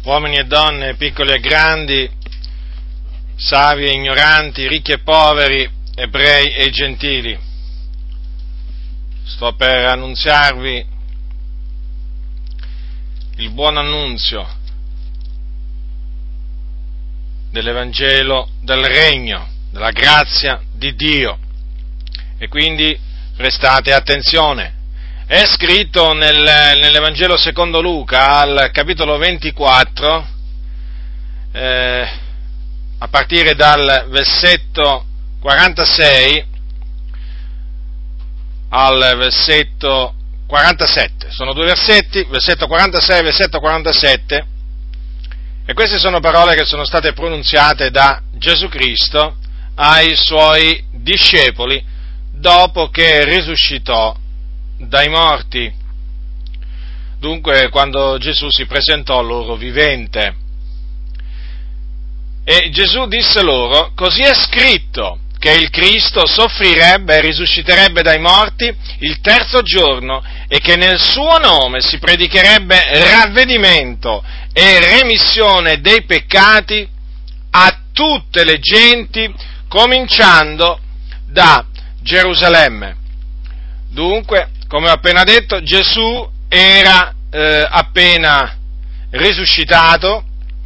uomini e donne, piccoli e grandi, savi e ignoranti, ricchi e poveri, ebrei e gentili. Sto per annunziarvi il buon annunzio dell'Evangelo del Regno, della grazia di Dio, e quindi prestate attenzione. È scritto nell'Evangelo secondo Luca, al capitolo 24, a partire dal versetto 46 al versetto 47. Sono due versetti, versetto 46 e versetto 47, e queste sono parole che sono state pronunziate da Gesù Cristo ai Suoi discepoli dopo che risuscitò dai morti. Dunque, quando Gesù si presentò loro vivente. E Gesù disse loro: così è scritto che il Cristo soffrirebbe e risusciterebbe dai morti il terzo giorno, e che nel suo nome si predicherebbe ravvedimento e remissione dei peccati a tutte le genti, cominciando da Gerusalemme. Dunque, come ho appena detto, Gesù era appena risuscitato.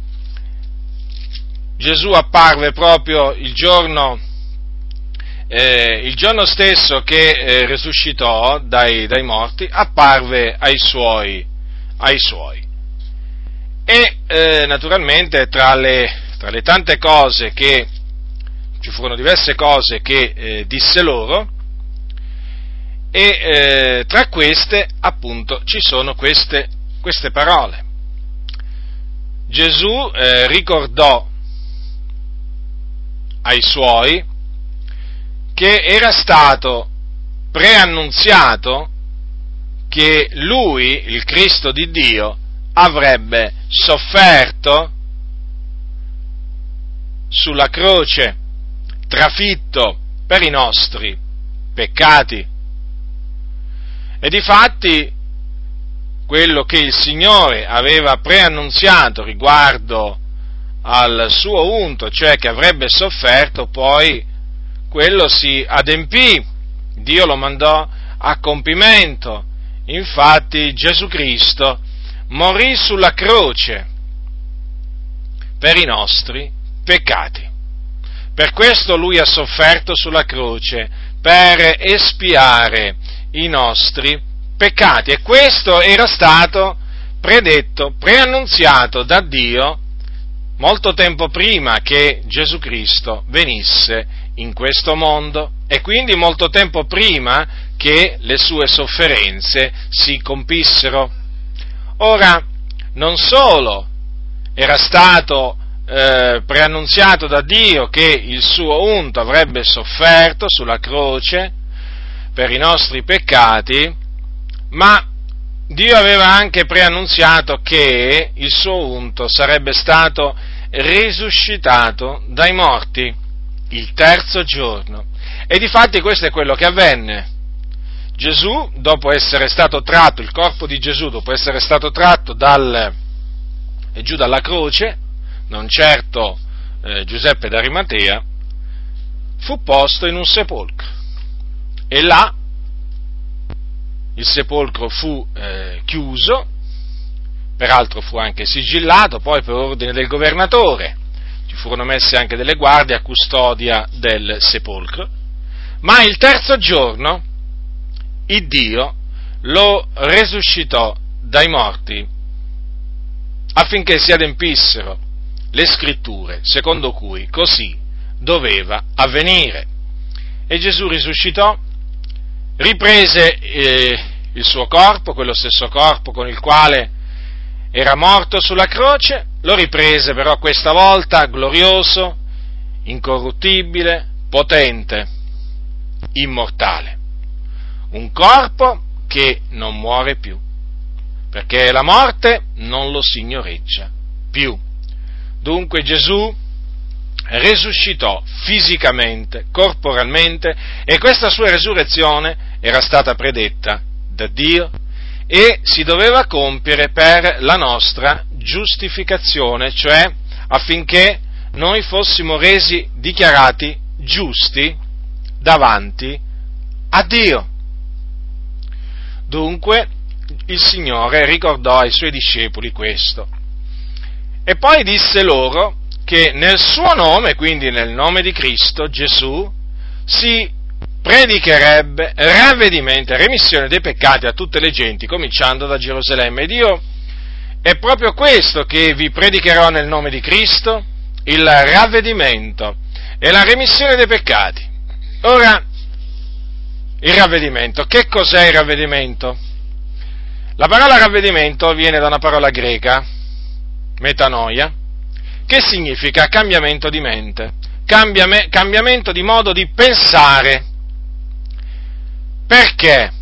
Gesù apparve proprio il giorno stesso che risuscitò dai morti, apparve ai suoi. E naturalmente tra le tante cose che ci furono diverse cose che disse loro, e tra queste appunto ci sono queste parole. Gesù ricordò ai suoi che era stato preannunziato che lui, il Cristo di Dio, avrebbe sofferto sulla croce, trafitto per i nostri peccati. E difatti quello che il Signore aveva preannunziato riguardo al suo unto, cioè che avrebbe sofferto, poi quello si adempì, Dio lo mandò a compimento. Infatti Gesù Cristo morì sulla croce per i nostri peccati. Per questo Lui ha sofferto sulla croce, per espiare i nostri peccati, e questo era stato predetto, preannunziato da Dio molto tempo prima che Gesù Cristo venisse in questo mondo, e quindi molto tempo prima che le sue sofferenze si compissero. Ora, non solo era stato preannunziato da Dio che il suo unto avrebbe sofferto sulla croce per i nostri peccati, ma Dio aveva anche preannunziato che il suo unto sarebbe stato risuscitato dai morti il terzo giorno. E difatti questo è quello che avvenne. Gesù, dopo essere stato tratto, il corpo di Gesù, dopo essere stato tratto giù dalla croce, non certo Giuseppe d'Arimatea, fu posto in un sepolcro. E là il sepolcro fu chiuso, peraltro fu anche sigillato, poi per ordine del governatore ci furono messe anche delle guardie a custodia del sepolcro, ma il terzo giorno il Dio lo resuscitò dai morti affinché si adempissero le scritture, secondo cui così doveva avvenire. E Gesù risuscitò, riprese il suo corpo, quello stesso corpo con il quale era morto sulla croce, lo riprese però questa volta glorioso, incorruttibile, potente, immortale. Un corpo che non muore più, perché la morte non lo signoreggia più. Dunque Gesù risuscitò fisicamente, corporalmente, e questa sua resurrezione era stata predetta da Dio e si doveva compiere per la nostra giustificazione, cioè affinché noi fossimo resi dichiarati giusti davanti a Dio. Dunque il Signore ricordò ai Suoi discepoli questo. E poi disse loro che nel suo nome, quindi nel nome di Cristo Gesù, si predicherebbe ravvedimento e remissione dei peccati a tutte le genti, cominciando da Gerusalemme. Ed io è proprio questo che vi predicherò nel nome di Cristo, il ravvedimento e la remissione dei peccati. Ora, il ravvedimento. Che cos'è il ravvedimento? La parola ravvedimento viene da una parola greca, metanoia, che significa cambiamento di mente, cambiamento di modo di pensare. Perché?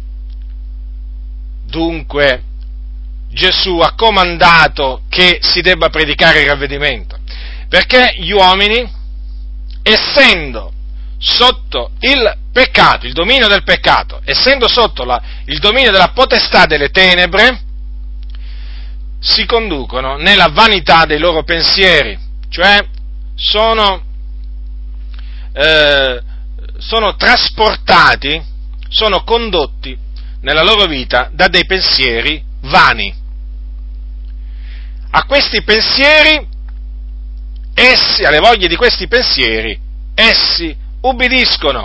Dunque, Gesù ha comandato che si debba predicare il ravvedimento? Perché gli uomini, essendo sotto il peccato, il dominio del peccato, essendo sotto il dominio della potestà delle tenebre, si conducono nella vanità dei loro pensieri, cioè sono trasportati, sono condotti nella loro vita da dei pensieri vani. A questi pensieri, alle voglie di questi pensieri, essi ubbidiscono.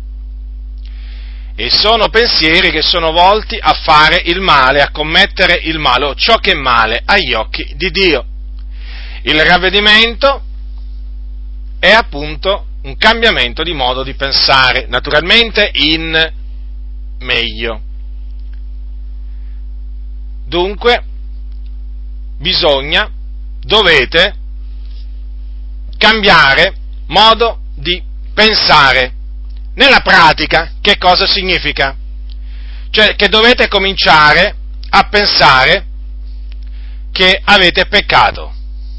E sono pensieri che sono volti a fare il male, a commettere il male, o ciò che è male agli occhi di Dio. Il ravvedimento è appunto un cambiamento di modo di pensare, naturalmente in meglio. Dunque, dovete cambiare modo di pensare. Nella pratica, che cosa significa? Cioè che dovete cominciare a pensare che avete peccato.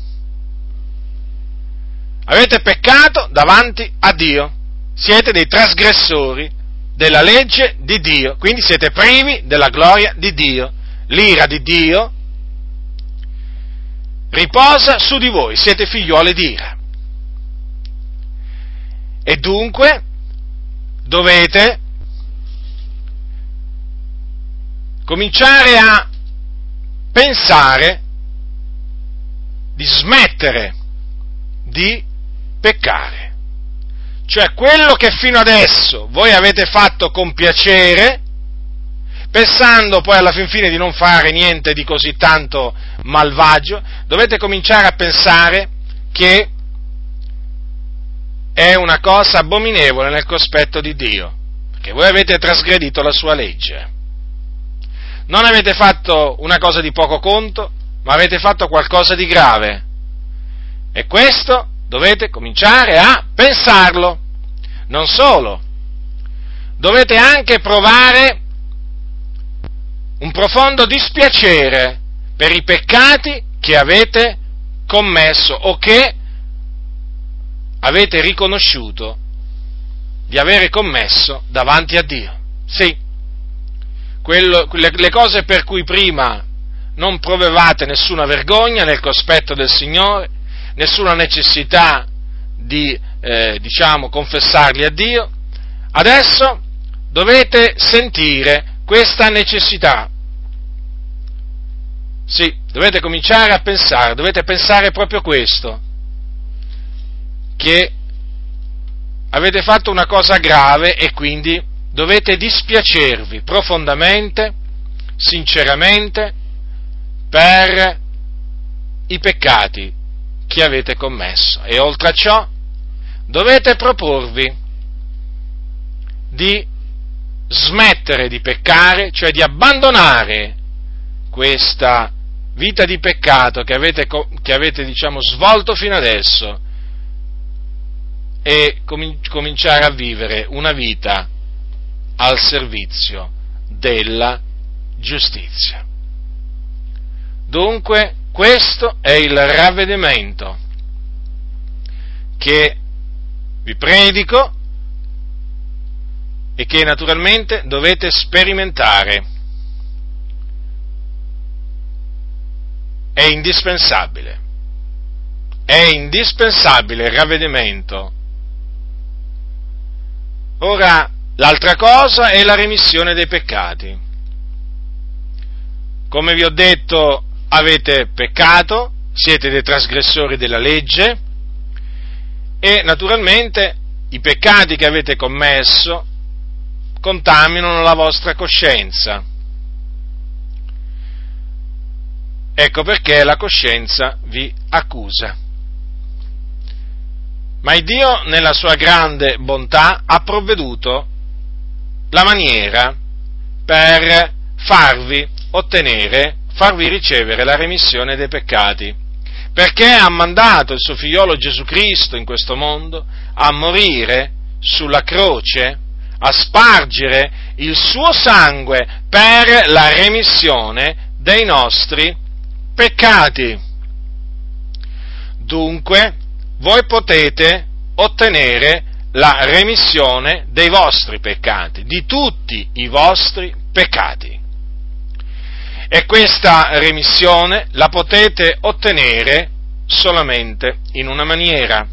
Avete peccato davanti a Dio. Siete dei trasgressori della legge di Dio, quindi siete privi della gloria di Dio. L'ira di Dio riposa su di voi, siete figliuoli di ira. E dunque dovete cominciare a pensare di smettere di peccare. Cioè quello che fino adesso voi avete fatto con piacere, pensando poi alla fin fine di non fare niente di così tanto malvagio, dovete cominciare a pensare che è una cosa abominevole nel cospetto di Dio, perché voi avete trasgredito la sua legge. Non avete fatto una cosa di poco conto, ma avete fatto qualcosa di grave. E questo dovete cominciare a pensarlo. Non solo, dovete anche provare un profondo dispiacere per i peccati che avete commesso o che avete riconosciuto di avere commesso davanti a Dio. Sì, le cose per cui prima non provevate nessuna vergogna nel cospetto del Signore, nessuna necessità di, confessarli a Dio, adesso dovete sentire questa necessità. Sì, dovete cominciare a pensare, dovete pensare proprio questo, che avete fatto una cosa grave e quindi dovete dispiacervi profondamente, sinceramente, per i peccati che avete commesso. E oltre a ciò, dovete proporvi di smettere di peccare, cioè di abbandonare questa vita di peccato che avete svolto fino adesso e cominciare a vivere una vita al servizio della giustizia. Dunque, questo è il ravvedimento che vi predico e che naturalmente dovete sperimentare. è indispensabile. È indispensabile il ravvedimento. Ora, l'altra cosa è la remissione dei peccati. Come vi ho detto, avete peccato, siete dei trasgressori della legge e naturalmente i peccati che avete commesso contaminano la vostra coscienza. Ecco perché la coscienza vi accusa. Ma il Dio, nella sua grande bontà, ha provveduto la maniera per farvi ricevere la remissione dei peccati, perché ha mandato il suo figliolo Gesù Cristo in questo mondo a morire sulla croce, a spargere il suo sangue per la remissione dei nostri peccati. Dunque, voi potete ottenere la remissione dei vostri peccati, di tutti i vostri peccati. E questa remissione la potete ottenere solamente in una maniera: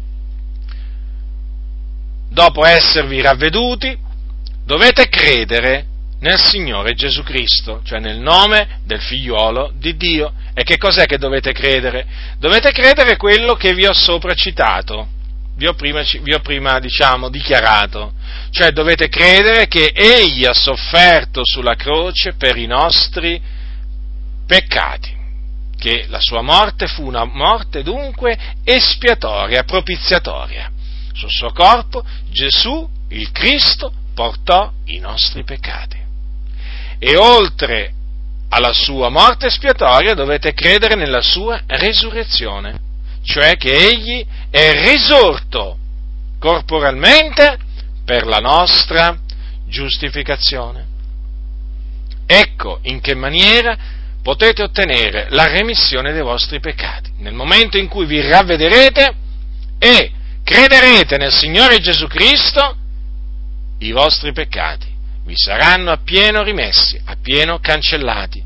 dopo esservi ravveduti, dovete credere nel Signore Gesù Cristo, cioè nel nome del Figliuolo di Dio. E che cos'è che dovete credere? Dovete credere quello che vi ho sopra citato, vi ho prima dichiarato, cioè dovete credere che Egli ha sofferto sulla croce per i nostri peccati, che la sua morte fu una morte dunque espiatoria, propiziatoria. Sul suo corpo Gesù, il Cristo, portò i nostri peccati. E oltre alla sua morte espiatoria dovete credere nella sua resurrezione, cioè che Egli è risorto corporalmente per la nostra giustificazione. Ecco in che maniera potete ottenere la remissione dei vostri peccati: nel momento in cui vi ravvederete e crederete nel Signore Gesù Cristo, i vostri peccati vi saranno appieno rimessi, appieno cancellati.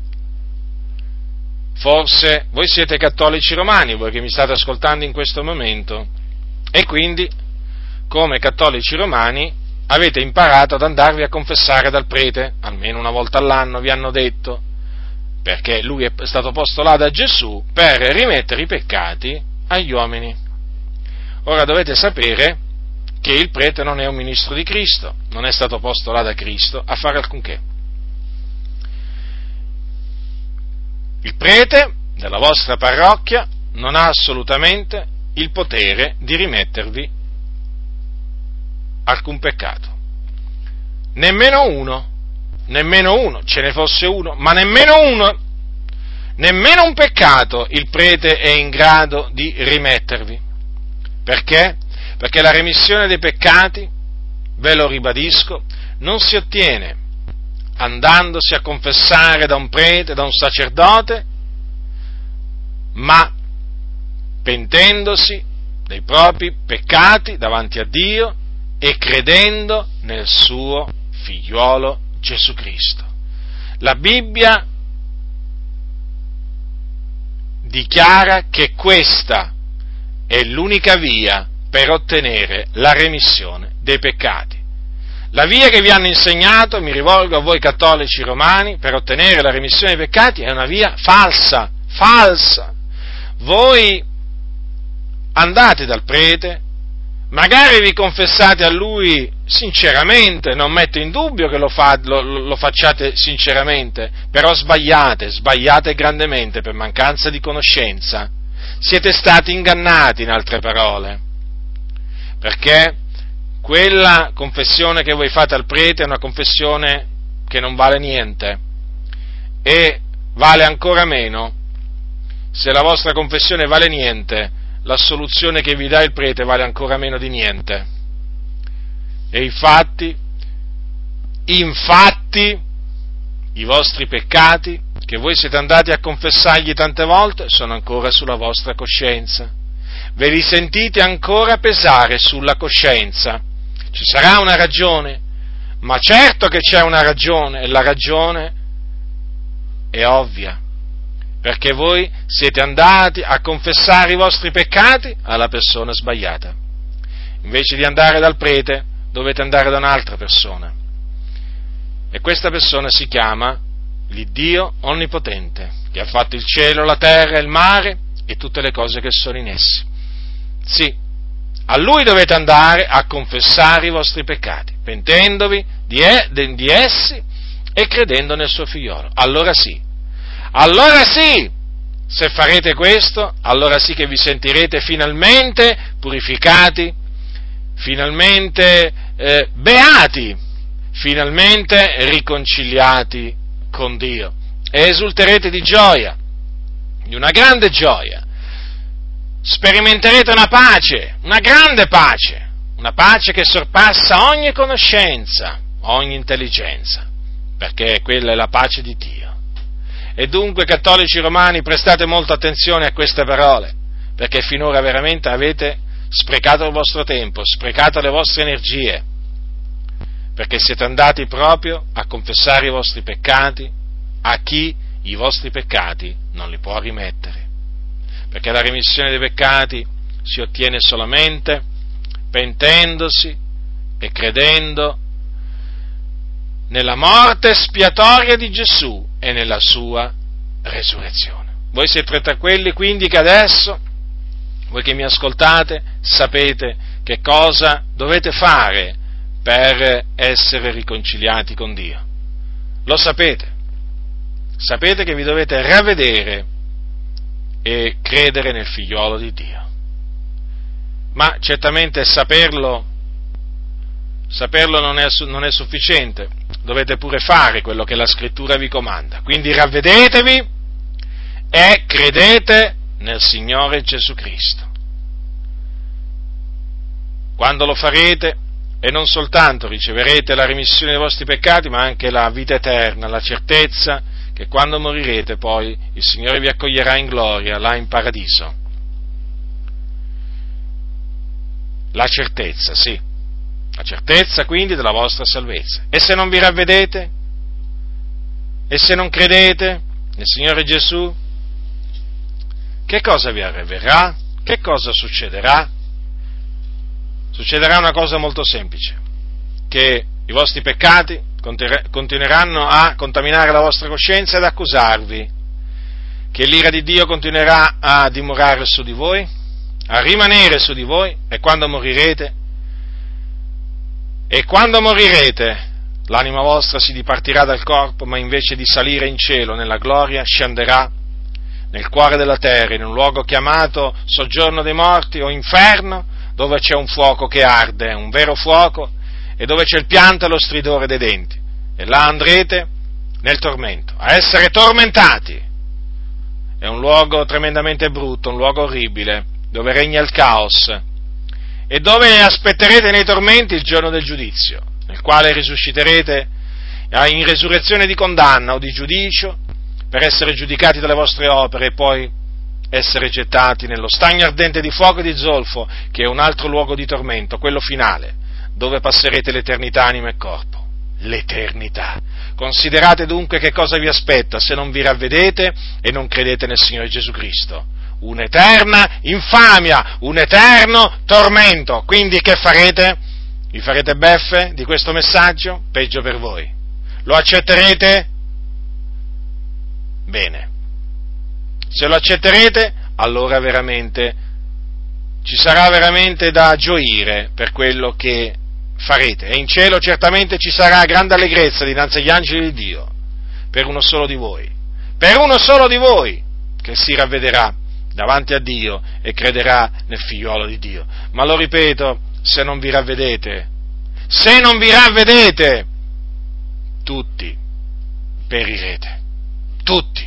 Forse voi siete cattolici romani, voi che mi state ascoltando in questo momento, e quindi, come cattolici romani, avete imparato ad andarvi a confessare dal prete, almeno una volta all'anno vi hanno detto, perché lui è stato posto là da Gesù per rimettere i peccati agli uomini. Ora dovete sapere che il prete non è un ministro di Cristo, non è stato posto là da Cristo a fare alcunché. Il prete della vostra parrocchia non ha assolutamente il potere di rimettervi alcun peccato. Nemmeno uno, ce ne fosse uno, ma nemmeno un peccato il prete è in grado di rimettervi. Perché? Perché la remissione dei peccati, ve lo ribadisco, non si ottiene andandosi a confessare da un prete, da un sacerdote, ma pentendosi dei propri peccati davanti a Dio e credendo nel suo figliuolo Gesù Cristo. La Bibbia dichiara che questa è l'unica via per ottenere la remissione dei peccati. La via che vi hanno insegnato, mi rivolgo a voi cattolici romani, per ottenere la remissione dei peccati è una via falsa. Voi andate dal prete, magari vi confessate a lui sinceramente, non metto in dubbio che lo facciate sinceramente, però sbagliate grandemente per mancanza di conoscenza. Siete stati ingannati, in altre parole, perché quella confessione che voi fate al prete è una confessione che non vale niente, e vale ancora meno, se la vostra confessione vale niente, l'assoluzione che vi dà il prete vale ancora meno di niente. E infatti, i vostri peccati, che voi siete andati a confessargli tante volte, sono ancora sulla vostra coscienza. Ve li sentite ancora pesare sulla coscienza. Ci sarà una ragione, ma certo che c'è una ragione, e la ragione è ovvia, perché voi siete andati a confessare i vostri peccati alla persona sbagliata. Invece di andare dal prete, dovete andare da un'altra persona. E questa persona si chiama l'Iddio Onnipotente, che ha fatto il cielo, la terra, il mare e tutte le cose che sono in essi. Sì, a Lui dovete andare a confessare i vostri peccati, pentendovi di essi e credendo nel suo figliolo. Allora sì, se farete questo, allora sì che vi sentirete finalmente purificati, finalmente beati, finalmente riconciliati con Dio e esulterete di gioia, di una grande gioia. Sperimenterete una pace, una grande pace, una pace che sorpassa ogni conoscenza, ogni intelligenza, perché quella è la pace di Dio. E dunque, cattolici romani, prestate molta attenzione a queste parole, perché finora veramente avete sprecato il vostro tempo, sprecato le vostre energie, perché siete andati proprio a confessare i vostri peccati a chi i vostri peccati non li può rimettere. Perché la remissione dei peccati si ottiene solamente pentendosi e credendo nella morte espiatoria di Gesù e nella sua resurrezione. Voi siete tra quelli quindi che adesso, voi che mi ascoltate, sapete che cosa dovete fare per essere riconciliati con Dio. Lo sapete. Sapete che vi dovete ravvedere e credere nel figliolo di Dio. Ma certamente saperlo non è sufficiente, dovete pure fare quello che la Scrittura vi comanda. Quindi ravvedetevi e credete nel Signore Gesù Cristo. Quando lo farete, e non soltanto riceverete la remissione dei vostri peccati, ma anche la vita eterna, la certezza che quando morirete poi il Signore vi accoglierà in gloria, là in paradiso. La certezza, sì, la certezza quindi della vostra salvezza. E se non vi ravvedete? E se non credete nel Signore Gesù? Che cosa vi avverrà? Che cosa succederà? Succederà una cosa molto semplice, che i vostri peccati continueranno a contaminare la vostra coscienza ed accusarvi, che l'ira di Dio continuerà a dimorare su di voi, a rimanere su di voi, e quando morirete, l'anima vostra si dipartirà dal corpo, ma invece di salire in cielo nella gloria, scenderà nel cuore della terra, in un luogo chiamato soggiorno dei morti o inferno, dove c'è un fuoco che arde, un vero fuoco, e dove c'è il pianto e lo stridore dei denti, e là andrete nel tormento, a essere tormentati. È un luogo tremendamente brutto, un luogo orribile, dove regna il caos, e dove aspetterete nei tormenti il giorno del giudizio, nel quale risusciterete in resurrezione di condanna o di giudicio, per essere giudicati dalle vostre opere e poi essere gettati nello stagno ardente di fuoco e di zolfo, che è un altro luogo di tormento, quello finale, dove passerete l'eternità anima e corpo. L'eternità. Considerate dunque che cosa vi aspetta se non vi ravvedete e non credete nel Signore Gesù Cristo. Un'eterna infamia, un eterno tormento. Quindi che farete? Vi farete beffe di questo messaggio? Peggio per voi. Lo accetterete? Bene. Se lo accetterete, allora veramente ci sarà veramente da gioire per quello che farete, e in cielo certamente ci sarà grande allegrezza dinanzi agli angeli di Dio per uno solo di voi, che si ravvederà davanti a Dio e crederà nel figliuolo di Dio. Ma lo ripeto, se non vi ravvedete, tutti perirete, tutti.